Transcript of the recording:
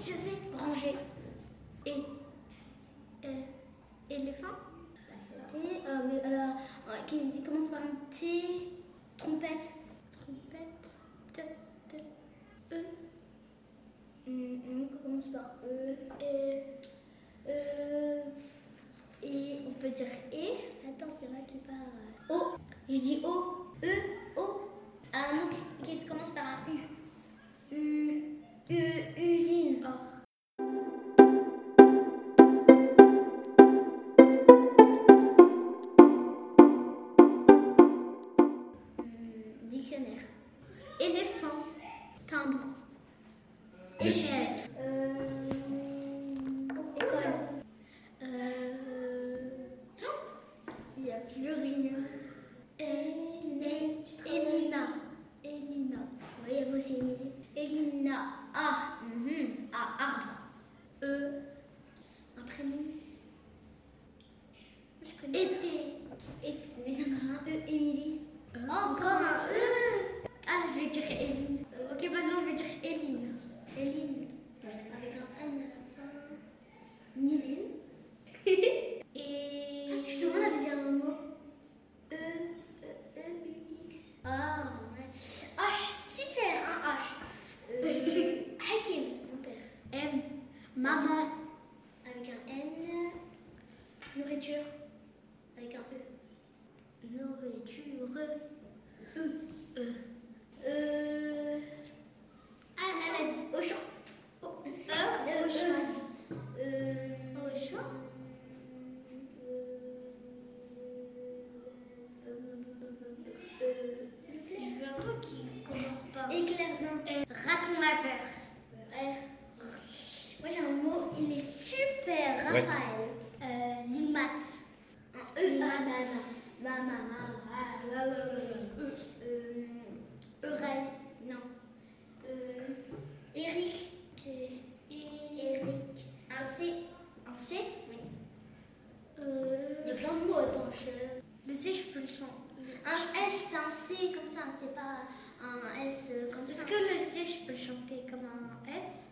je sais. Ranger. Éléphant. Mais alors, qui commence par un T. Trompette. E. On commence par E. Et on peut dire E. Attends, c'est vrai qu'il part. O. Je dis O. O. Un mot qui se commence par un U. Usine. Dictionnaire. Éléphant. Timbre. Échelle. École. Il n'y a plus rien. Elina. Oui, il y a aussi Émilie. Elina. Arbre. Un prénom. Je connais. Été. Mais encore un E. Émilie. Encore un E. Ah, je vais dire Eline. Ok, maintenant je vais dire Eline. Avec un N à la fin. Niline. Et justement, on avait dit un mot. E-U-X. Ah, ouais. H, super, un H. Hakim, mon père. M, maman. Avec un N. Nourriture. Avec un E. Nourriture. Maladie. Auchan. Je veux un truc qui commence par éclair, non. Raton laveur. Moi j'ai un mot, il est super. Raphaël. Limace. Un E. Oreille. Non. Eric. Eric. Un C. Oui. Il y a plein de mots, attends. Le C, je peux le chanter. Un S, c'est un C comme ça, c'est pas un S comme ça. Est-ce que le C, je peux le chanter comme un S?